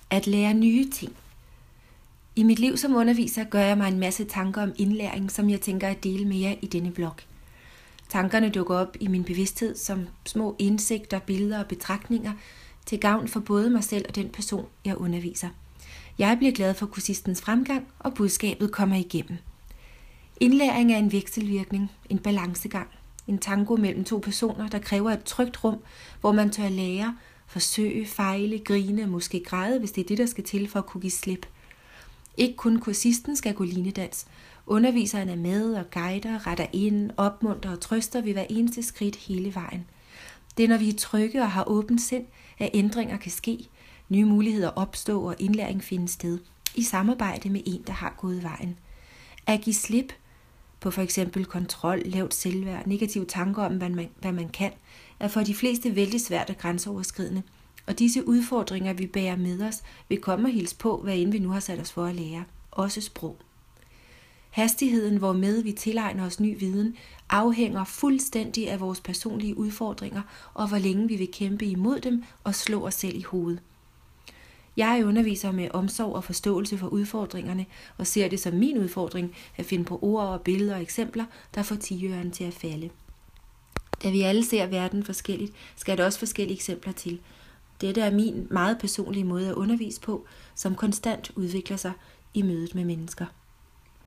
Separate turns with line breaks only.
At lære nye ting. I mit liv som underviser gør jeg mig en masse tanker om indlæring, som jeg tænker at dele med jer i denne blog. Tankerne dukker op i min bevidsthed som små indsigter, billeder og betragtninger til gavn for både mig selv og den person, jeg underviser. Jeg bliver glad for kursistens fremgang, og budskabet kommer igennem. Indlæring er en vekselvirkning, en balancegang, en tango mellem to personer, der kræver et trygt rum, hvor man tør lære, forsøge, fejle, grine og måske græde, hvis det er det, der skal til for at kunne give slip. Ikke kun kursisten skal gå linedans. Underviseren er med og guider, retter ind, opmuntrer og trøster ved hver eneste skridt hele vejen. Det er, når vi er trygge og har åbent sind, at ændringer kan ske, nye muligheder opstå og indlæring finde sted, i samarbejde med en, der har gået vejen. At give slip på for eksempel kontrol, lavt selvværd, negative tanker om, hvad man kan, er for de fleste vældig svært og grænseoverskridende. Og disse udfordringer, vi bærer med os, vil komme og hilse på, hvad end vi nu har sat os for at lære. Også sprog. Hastigheden, hvormed vi tilegner os ny viden, afhænger fuldstændig af vores personlige udfordringer, og hvor længe vi vil kæmpe imod dem og slå os selv i hovedet. Jeg underviser med omsorg og forståelse for udfordringerne, og ser det som min udfordring at finde på ord og billeder og eksempler, der får tiøren til at falde. Da vi alle ser verden forskelligt, skal der også forskellige eksempler til. Dette er min meget personlige måde at undervise på, som konstant udvikler sig i mødet med mennesker.